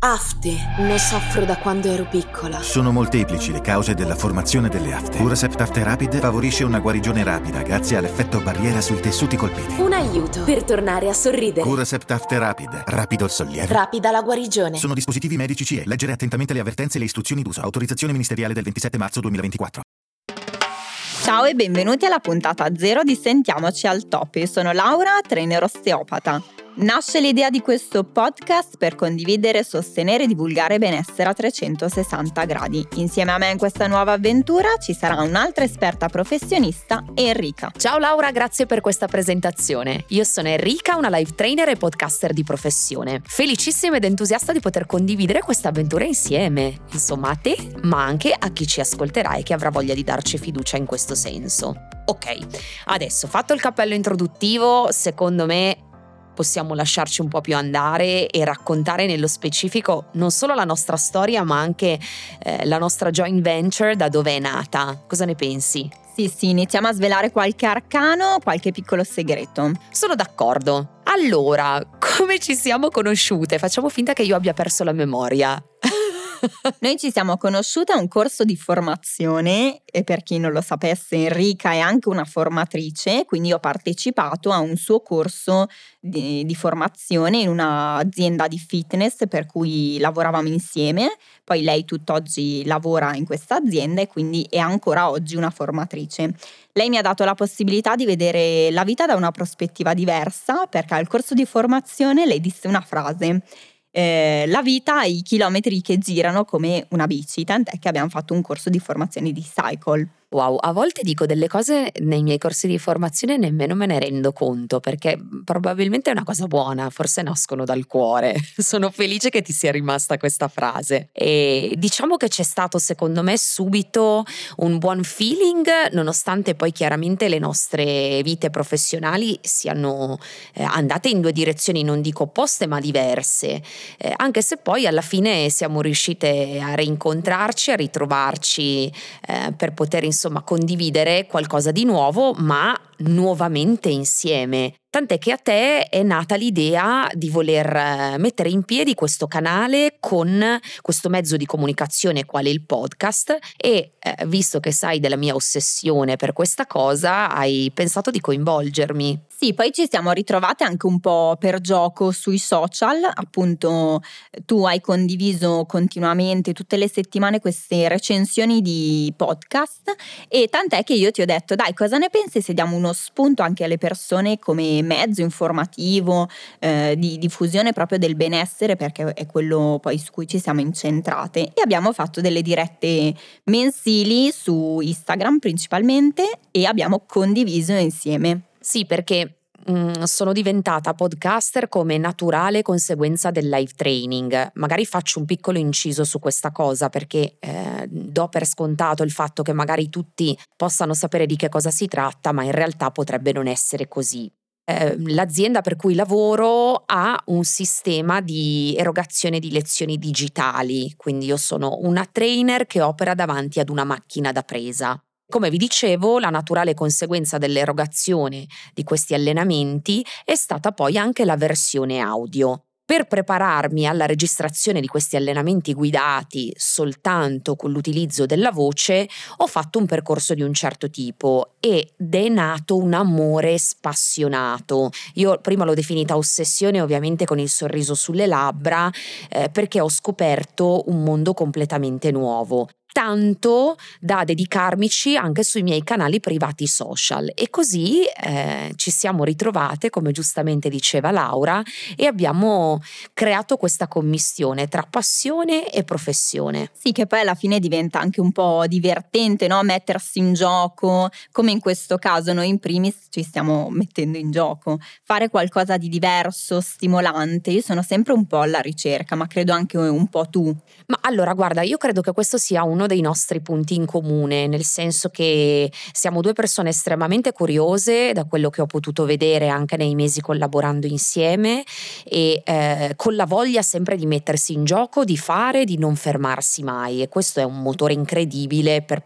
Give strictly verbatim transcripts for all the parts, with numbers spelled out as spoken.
Afte, ne soffro da quando ero piccola. Sono molteplici le cause della formazione delle afte. Curacept Afte Rapid favorisce una guarigione rapida grazie all'effetto barriera sui tessuti colpiti. Un aiuto per tornare a sorridere. Curacept Afte Rapid, rapido il sollievo, rapida la guarigione. Sono dispositivi medici C E. Leggere attentamente le avvertenze e le istruzioni d'uso. Autorizzazione ministeriale del ventisette marzo duemilaventiquattro. Ciao e benvenuti alla puntata zero di Sentiamoci al Top. Io sono Laura, trainer osteopata. Nasce l'idea di questo podcast per condividere, sostenere e divulgare benessere a trecentosessanta gradi. Insieme a me in questa nuova avventura ci sarà un'altra esperta professionista, Enrica. Ciao Laura, grazie per questa presentazione. Io sono Enrica, una live trainer e podcaster di professione. Felicissima ed entusiasta di poter condividere questa avventura insieme. Insomma, a te, ma anche a chi ci ascolterà e che avrà voglia di darci fiducia in questo senso. Ok, adesso fatto il cappello introduttivo, secondo me possiamo lasciarci un po' più andare e raccontare nello specifico non solo la nostra storia, ma anche eh, la nostra joint venture, da dove è nata. Cosa ne pensi? Sì, sì, iniziamo a svelare qualche arcano, qualche piccolo segreto. Sono d'accordo. Allora, come ci siamo conosciute? Facciamo finta che io abbia perso la memoria. Noi ci siamo conosciute a un corso di formazione e, per chi non lo sapesse, Enrica è anche una formatrice, quindi ho partecipato a un suo corso di, di formazione in un'azienda di fitness per cui lavoravamo insieme. Poi lei tutt'oggi lavora in questa azienda e quindi è ancora oggi una formatrice. Lei mi ha dato la possibilità di vedere la vita da una prospettiva diversa, perché al corso di formazione lei disse una frase: Eh, la vita ha i chilometri che girano come una bici, tant'è che abbiamo fatto un corso di formazione di cycle. Wow, a volte dico delle cose nei miei corsi di formazione e nemmeno me ne rendo conto, perché probabilmente è una cosa buona, forse nascono dal cuore. Sono felice che ti sia rimasta questa frase. E diciamo che c'è stato, secondo me, subito un buon feeling, nonostante poi chiaramente le nostre vite professionali siano eh, andate in due direzioni, non dico opposte, ma diverse. Eh, anche se poi alla fine siamo riuscite a rincontrarci, a ritrovarci eh, per poter insomma condividere qualcosa di nuovo, ma nuovamente insieme. Tant'è che a te è nata l'idea di voler mettere in piedi questo canale con questo mezzo di comunicazione quale il podcast e eh, visto che sai della mia ossessione per questa cosa, hai pensato di coinvolgermi. Sì, poi ci siamo ritrovate anche un po' per gioco sui social, appunto tu hai condiviso continuamente tutte le settimane queste recensioni di podcast e tant'è che io ti ho detto: dai, cosa ne pensi se diamo uno spunto anche alle persone come mezzo informativo eh, di diffusione proprio del benessere, perché è quello poi su cui ci siamo incentrate, e abbiamo fatto delle dirette mensili su Instagram principalmente e abbiamo condiviso insieme. Sì, perché mh, sono diventata podcaster come naturale conseguenza del live training. Magari faccio un piccolo inciso su questa cosa perché eh, do per scontato il fatto che magari tutti possano sapere di che cosa si tratta, ma in realtà potrebbe non essere così. Eh, l'azienda per cui lavoro ha un sistema di erogazione di lezioni digitali, quindi io sono una trainer che opera davanti ad una macchina da presa. Come vi dicevo, la naturale conseguenza dell'erogazione di questi allenamenti è stata poi anche la versione audio. Per prepararmi alla registrazione di questi allenamenti guidati soltanto con l'utilizzo della voce, ho fatto un percorso di un certo tipo ed è nato un amore spassionato. Io prima l'ho definita ossessione, ovviamente con il sorriso sulle labbra, eh, perché ho scoperto un mondo completamente nuovo. Tanto da dedicarmici anche sui miei canali privati social e così eh, ci siamo ritrovate, come giustamente diceva Laura, e abbiamo creato questa commistione tra passione e professione. Sì, che poi alla fine diventa anche un po' divertente, no? Mettersi in gioco, come in questo caso noi in primis ci stiamo mettendo in gioco, fare qualcosa di diverso, stimolante. Io sono sempre un po' alla ricerca, ma credo anche un po' tu. Ma allora guarda, io credo che questo sia uno dei nostri punti in comune, nel senso che siamo due persone estremamente curiose, da quello che ho potuto vedere anche nei mesi collaborando insieme, e eh, con la voglia sempre di mettersi in gioco, di fare, di non fermarsi mai, e questo è un motore incredibile per poi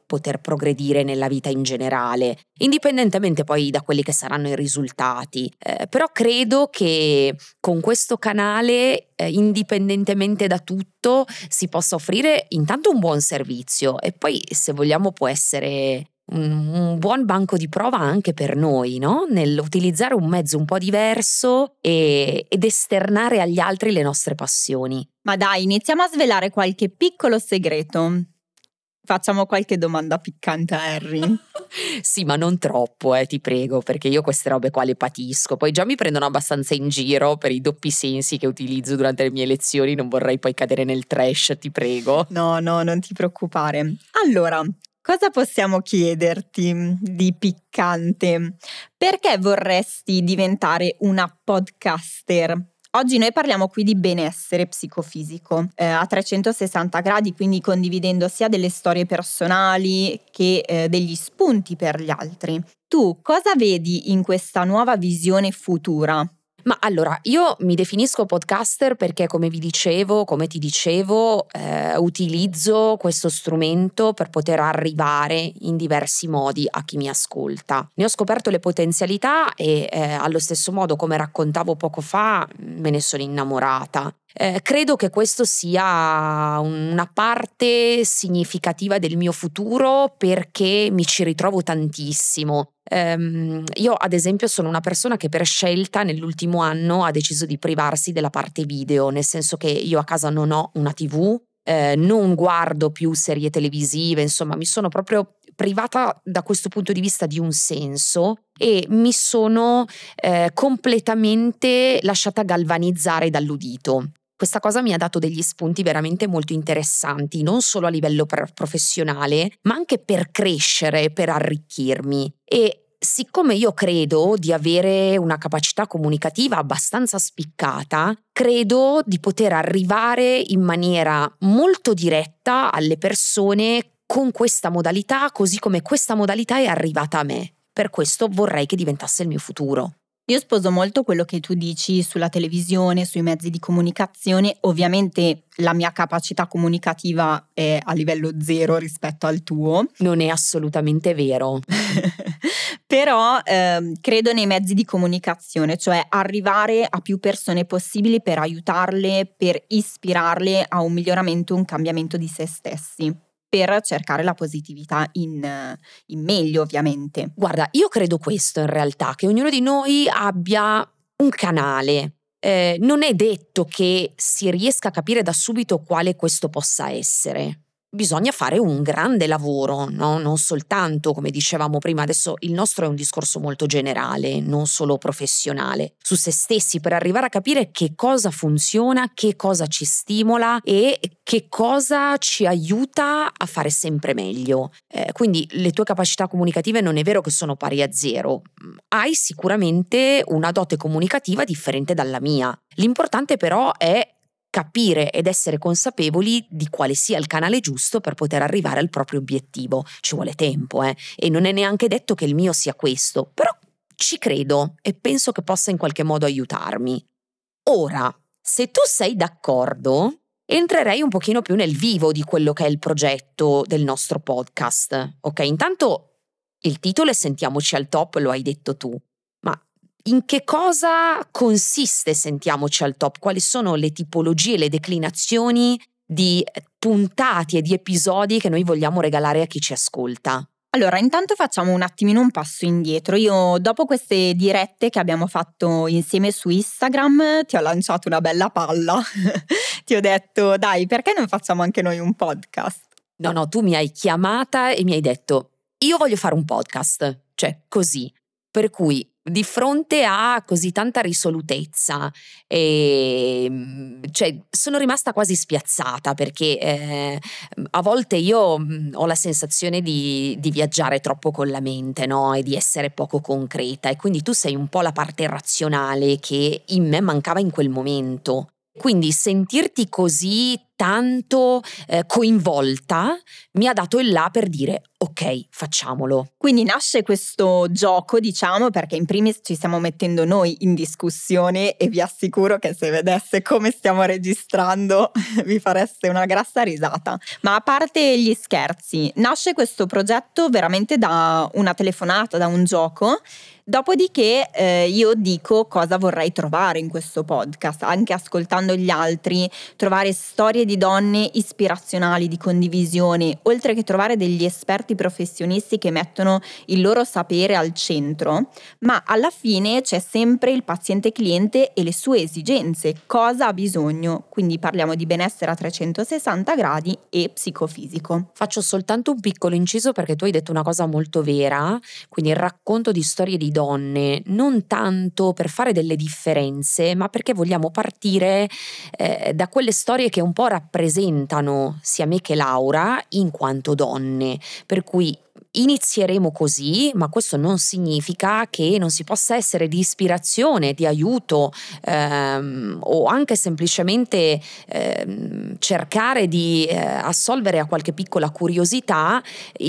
poter progredire nella vita in generale, indipendentemente poi da quelli che saranno i risultati. Eh, però credo che con questo canale, eh, indipendentemente da tutto, si possa offrire intanto un buon servizio e poi, se vogliamo, può essere un, un buon banco di prova anche per noi, no? Nell'utilizzare un mezzo un po' diverso e, ed esternare agli altri le nostre passioni. Ma dai, iniziamo a svelare qualche piccolo segreto. Facciamo qualche domanda piccante a Harry. Sì, ma non troppo, eh, ti prego, perché io queste robe qua le patisco. Poi già mi prendono abbastanza in giro per i doppi sensi che utilizzo durante le mie lezioni, non vorrei poi cadere nel trash, ti prego. No, no, non ti preoccupare. Allora, cosa possiamo chiederti di piccante? Perché vorresti diventare una podcaster? Oggi noi parliamo qui di benessere psicofisico eh, a trecentosessanta gradi, quindi condividendo sia delle storie personali che eh, degli spunti per gli altri. Tu cosa vedi in questa nuova visione futura? Ma allora, io mi definisco podcaster perché, come vi dicevo, come ti dicevo, eh, utilizzo questo strumento per poter arrivare in diversi modi a chi mi ascolta. Ne ho scoperto le potenzialità e eh, allo stesso modo, come raccontavo poco fa, me ne sono innamorata. Eh, credo che questo sia una parte significativa del mio futuro perché mi ci ritrovo tantissimo. Um, io ad esempio sono una persona che per scelta nell'ultimo anno ha deciso di privarsi della parte video, nel senso che io a casa non ho una tivù, eh, non guardo più serie televisive, insomma mi sono proprio privata da questo punto di vista di un senso e mi sono eh, completamente lasciata galvanizzare dall'udito. Questa cosa mi ha dato degli spunti veramente molto interessanti, non solo a livello professionale, ma anche per crescere, per arricchirmi. E siccome io credo di avere una capacità comunicativa abbastanza spiccata, credo di poter arrivare in maniera molto diretta alle persone con questa modalità, così come questa modalità è arrivata a me. Per questo vorrei che diventasse il mio futuro. Io sposo molto quello che tu dici sulla televisione, sui mezzi di comunicazione. Ovviamente la mia capacità comunicativa è a livello zero rispetto al tuo. Non è assolutamente vero. Però eh, credo nei mezzi di comunicazione, cioè arrivare a più persone possibili per aiutarle, per ispirarle a un miglioramento, un cambiamento di se stessi, per cercare la positività in, in meglio, ovviamente. Guarda, io credo questo in realtà, che ognuno di noi abbia un canale. Eh, non è detto che si riesca a capire da subito quale questo possa essere. Bisogna fare un grande lavoro, no? Non soltanto, come dicevamo prima, adesso il nostro è un discorso molto generale, non solo professionale, su se stessi, per arrivare a capire che cosa funziona, che cosa ci stimola e che cosa ci aiuta a fare sempre meglio. Eh, quindi le tue capacità comunicative non è vero che sono pari a zero, hai sicuramente una dote comunicativa differente dalla mia. L'importante però è capire ed essere consapevoli di quale sia il canale giusto per poter arrivare al proprio obiettivo. Ci vuole tempo, eh? E non è neanche detto che il mio sia questo, però ci credo e penso che possa in qualche modo aiutarmi. Ora, se tu sei d'accordo, entrerei un pochino più nel vivo di quello che è il progetto del nostro podcast. Ok, intanto il titolo è Sentiamoci al top, lo hai detto tu. In che cosa consiste Sentiamoci al top? Quali sono le tipologie, le declinazioni di puntate e di episodi che noi vogliamo regalare a chi ci ascolta? Allora, intanto facciamo un attimino un passo indietro. Io, dopo queste dirette che abbiamo fatto insieme su Instagram, ti ho lanciato una bella palla. Ti ho detto, dai, perché non facciamo anche noi un podcast? No, no, tu mi hai chiamata e mi hai detto, io voglio fare un podcast. Cioè, così. Per cui di fronte a così tanta risolutezza, e, cioè, sono rimasta quasi spiazzata perché eh, a volte io mh, ho la sensazione di, di viaggiare troppo con la mente, no? E di essere poco concreta, e quindi tu sei un po' la parte razionale che in me mancava in quel momento. Quindi sentirti così tanto eh, coinvolta, mi ha dato il là per dire ok, facciamolo. Quindi nasce questo gioco, diciamo, perché in primis ci stiamo mettendo noi in discussione e vi assicuro che se vedesse come stiamo registrando vi fareste una grassa risata. Ma a parte gli scherzi, nasce questo progetto veramente da una telefonata, da un gioco. Dopodiché eh, io dico cosa vorrei trovare in questo podcast, anche ascoltando gli altri, trovare storie di donne ispirazionali, di condivisione, oltre che trovare degli esperti professionisti che mettono il loro sapere al centro, ma alla fine c'è sempre il paziente cliente e le sue esigenze, cosa ha bisogno, quindi parliamo di benessere a trecentosessanta gradi e psicofisico. Faccio soltanto un piccolo inciso perché tu hai detto una cosa molto vera, quindi il racconto di storie di donne, non tanto per fare delle differenze, ma perché vogliamo partire eh, da quelle storie che un po' rappresentano sia me che Laura in quanto donne, per cui inizieremo così, ma questo non significa che non si possa essere di ispirazione, di aiuto ehm, o anche semplicemente ehm, cercare di eh, assolvere a qualche piccola curiosità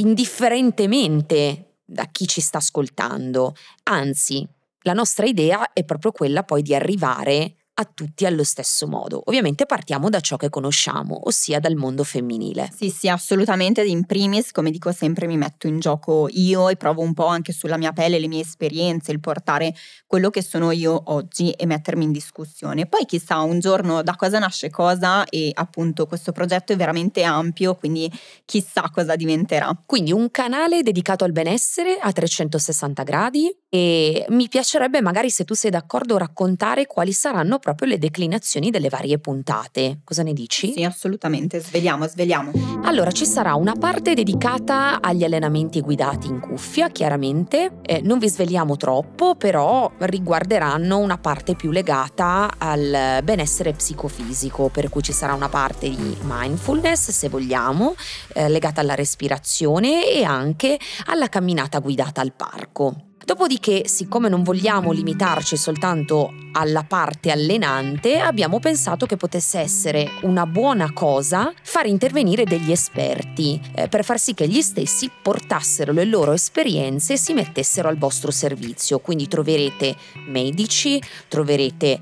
indifferentemente da chi ci sta ascoltando. Anzi, la nostra idea è proprio quella poi di arrivare a tutti allo stesso modo. Ovviamente partiamo da ciò che conosciamo, ossia dal mondo femminile. Sì, sì, assolutamente. In primis, come dico sempre, mi metto in gioco io e provo un po' anche sulla mia pelle le mie esperienze, il portare quello che sono io oggi e mettermi in discussione. Poi chissà, un giorno da cosa nasce cosa e appunto questo progetto è veramente ampio, quindi chissà cosa diventerà. Quindi un canale dedicato al benessere a trecentosessanta gradi e mi piacerebbe magari, se tu sei d'accordo, raccontare quali saranno proprio le declinazioni delle varie puntate. Cosa ne dici? Sì, assolutamente, sveliamo, sveliamo. Allora, ci sarà una parte dedicata agli allenamenti guidati in cuffia, chiaramente, eh, non vi sveliamo troppo, però riguarderanno una parte più legata al benessere psicofisico, per cui ci sarà una parte di mindfulness, se vogliamo, eh, legata alla respirazione e anche alla camminata guidata al parco. Dopodiché, siccome non vogliamo limitarci soltanto alla parte allenante, abbiamo pensato che potesse essere una buona cosa far intervenire degli esperti eh, per far sì che gli stessi portassero le loro esperienze e si mettessero al vostro servizio. Quindi troverete medici, troverete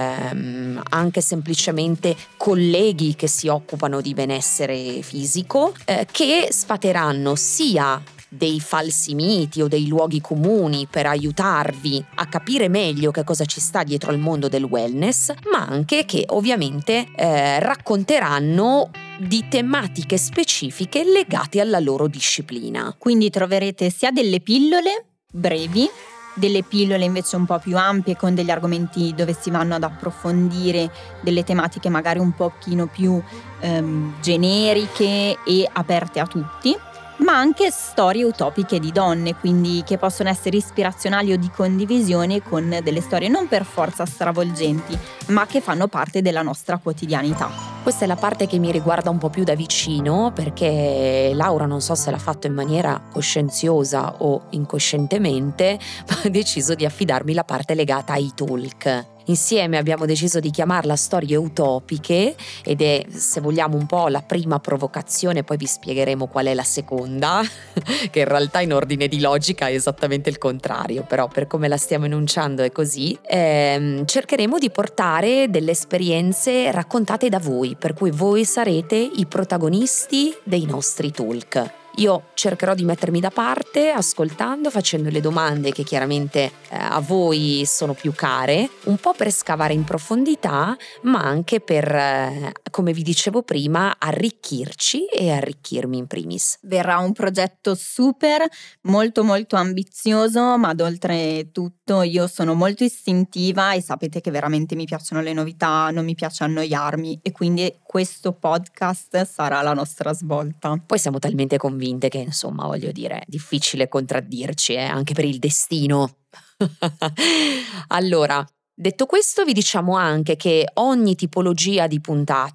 ehm, anche semplicemente colleghi che si occupano di benessere fisico eh, che sfateranno sia dei falsi miti o dei luoghi comuni per aiutarvi a capire meglio che cosa ci sta dietro al mondo del wellness, ma anche che ovviamente eh, racconteranno di tematiche specifiche legate alla loro disciplina. Quindi troverete sia delle pillole brevi, delle pillole invece un po' più ampie con degli argomenti dove si vanno ad approfondire delle tematiche magari un pochino più ehm, generiche e aperte a tutti, ma anche storie utopiche di donne, quindi che possono essere ispirazionali o di condivisione con delle storie non per forza stravolgenti, ma che fanno parte della nostra quotidianità. Questa è la parte che mi riguarda un po' più da vicino, perché Laura, non so se l'ha fatto in maniera coscienziosa o incoscientemente, ma ha deciso di affidarmi la parte legata ai talk. Insieme abbiamo deciso di chiamarla Storie Utopiche ed è, se vogliamo, un po' la prima provocazione, poi vi spiegheremo qual è la seconda, che in realtà in ordine di logica è esattamente il contrario, però per come la stiamo enunciando è così. Ehm, cercheremo di portare delle esperienze raccontate da voi, per cui voi sarete i protagonisti dei nostri talk. Io cercherò di mettermi da parte, ascoltando, facendo le domande che chiaramente eh, a voi sono più care, un po' per scavare in profondità, ma anche per, eh, come vi dicevo prima, arricchirci e arricchirmi in primis. Verrà un progetto super, molto molto ambizioso, ma ad oltretutto io sono molto istintiva e sapete che veramente mi piacciono le novità, non mi piace annoiarmi e quindi questo podcast sarà la nostra svolta. Poi siamo talmente convinti che, insomma, voglio dire, è difficile contraddirci, eh, anche per il destino. Allora, detto questo, vi diciamo anche che ogni tipologia di puntata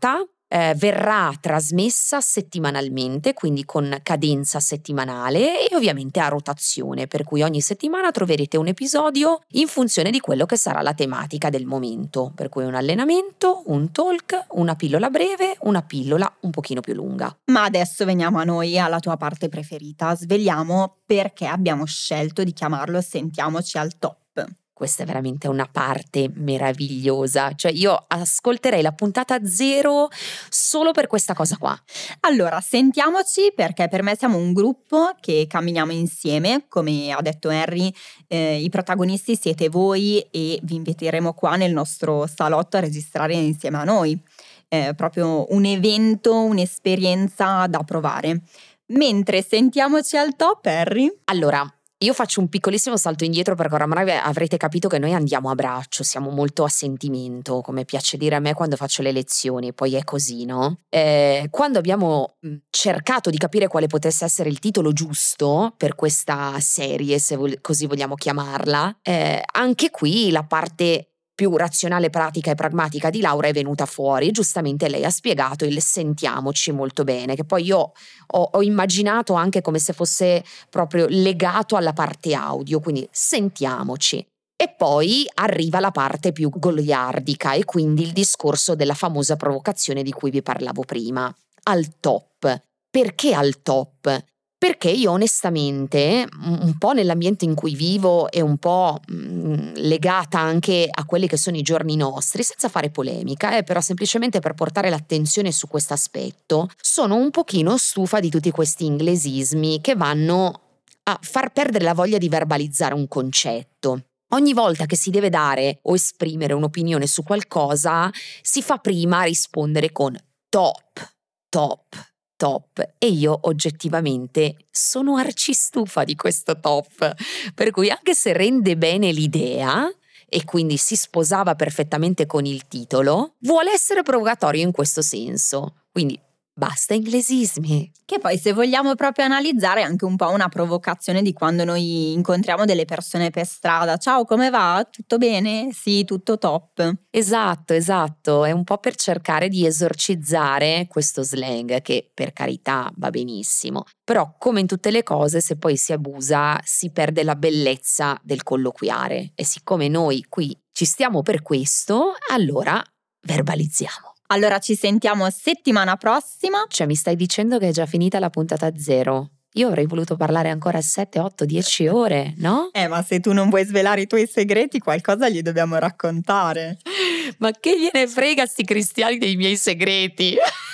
eh, verrà trasmessa settimanalmente, quindi con cadenza settimanale e ovviamente a rotazione, per cui ogni settimana troverete un episodio in funzione di quello che sarà la tematica del momento, per cui un allenamento, un talk, una pillola breve, una pillola un pochino più lunga. Ma adesso veniamo a noi, alla tua parte preferita. Svegliamo perché abbiamo scelto di chiamarlo Sentiamoci al Top. Questa è veramente una parte meravigliosa, cioè io ascolterei la puntata zero solo per questa cosa qua. Allora, sentiamoci perché per me siamo un gruppo che camminiamo insieme, come ha detto Henry, eh, i protagonisti siete voi e vi inviteremo qua nel nostro salotto a registrare insieme a noi. È proprio un evento, un'esperienza da provare. Mentre sentiamoci al top, Henry? Allora, io faccio un piccolissimo salto indietro perché oramai avrete capito che noi andiamo a braccio, siamo molto a sentimento, come piace dire a me quando faccio le lezioni, poi è così, no? Eh, quando abbiamo cercato di capire quale potesse essere il titolo giusto per questa serie, se vol- così vogliamo chiamarla, eh, anche qui la parte più razionale, pratica e pragmatica di Laura è venuta fuori. Giustamente lei ha spiegato il sentiamoci molto bene, che poi io ho, ho immaginato anche come se fosse proprio legato alla parte audio, quindi sentiamoci. E poi arriva la parte più goliardica e quindi il discorso della famosa provocazione di cui vi parlavo prima. Al top. Perché al top? Perché io onestamente, un po' nell'ambiente in cui vivo e un po' mh, legata anche a quelli che sono i giorni nostri, senza fare polemica, eh, però semplicemente per portare l'attenzione su questo aspetto, sono un pochino stufa di tutti questi inglesismi che vanno a far perdere la voglia di verbalizzare un concetto. Ogni volta che si deve dare o esprimere un'opinione su qualcosa, si fa prima rispondere con top, top, top, e io oggettivamente sono arcistufa di questo top, per cui anche se rende bene l'idea e quindi si sposava perfettamente con il titolo, vuole essere provocatorio in questo senso, quindi basta inglesismi. Che poi, se vogliamo proprio analizzare, è anche un po' una provocazione di quando noi incontriamo delle persone per strada. Ciao, come va? Tutto bene? Sì, tutto top. Esatto, esatto, è un po' per cercare di esorcizzare questo slang che, per carità, va benissimo, però come in tutte le cose, se poi si abusa si perde la bellezza del colloquiare, e siccome noi qui ci stiamo per questo, allora verbalizziamo. Allora ci sentiamo settimana prossima. Cioè mi stai dicendo che è già finita la puntata zero? Io avrei voluto parlare ancora sette, otto, dieci ore, no? Eh, ma se tu non vuoi svelare i tuoi segreti, qualcosa gli dobbiamo raccontare. Ma che gliene frega sti cristiani dei miei segreti?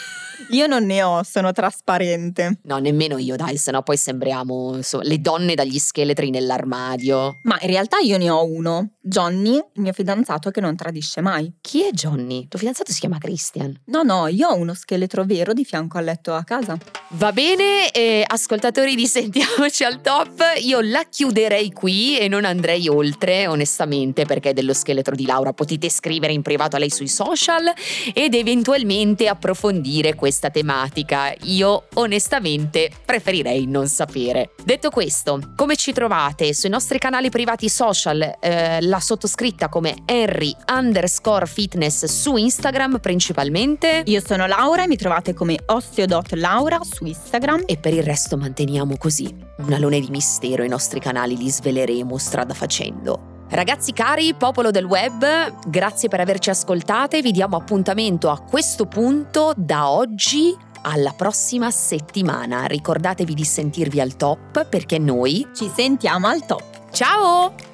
Io non ne ho, sono trasparente. No, nemmeno io, dai, sennò poi sembriamo insomma, le donne dagli scheletri nell'armadio. Ma in realtà io ne ho uno, Johnny, il mio fidanzato che non tradisce mai. Chi è Johnny? Tuo fidanzato si chiama Christian. No, no, io ho uno scheletro vero di fianco al letto a casa. Va bene, eh, ascoltatori di Sentiamoci al Top, io la chiuderei qui e non andrei oltre, onestamente, perché dello scheletro di Laura potete scrivere in privato a lei sui social ed eventualmente approfondire questa tematica. Io onestamente preferirei non sapere. Detto questo, come ci trovate sui nostri canali privati social? Eh, la sottoscritta come Henry underscore fitness su Instagram principalmente. Io sono Laura e mi trovate come osteo.laura su Instagram. E per il resto manteniamo così un alone di mistero. I nostri canali li sveleremo strada facendo. Ragazzi cari, popolo del web, grazie per averci ascoltate. Vi diamo appuntamento a questo punto da oggi alla prossima settimana. Ricordatevi di sentirvi al top perché noi ci sentiamo al top. Ciao!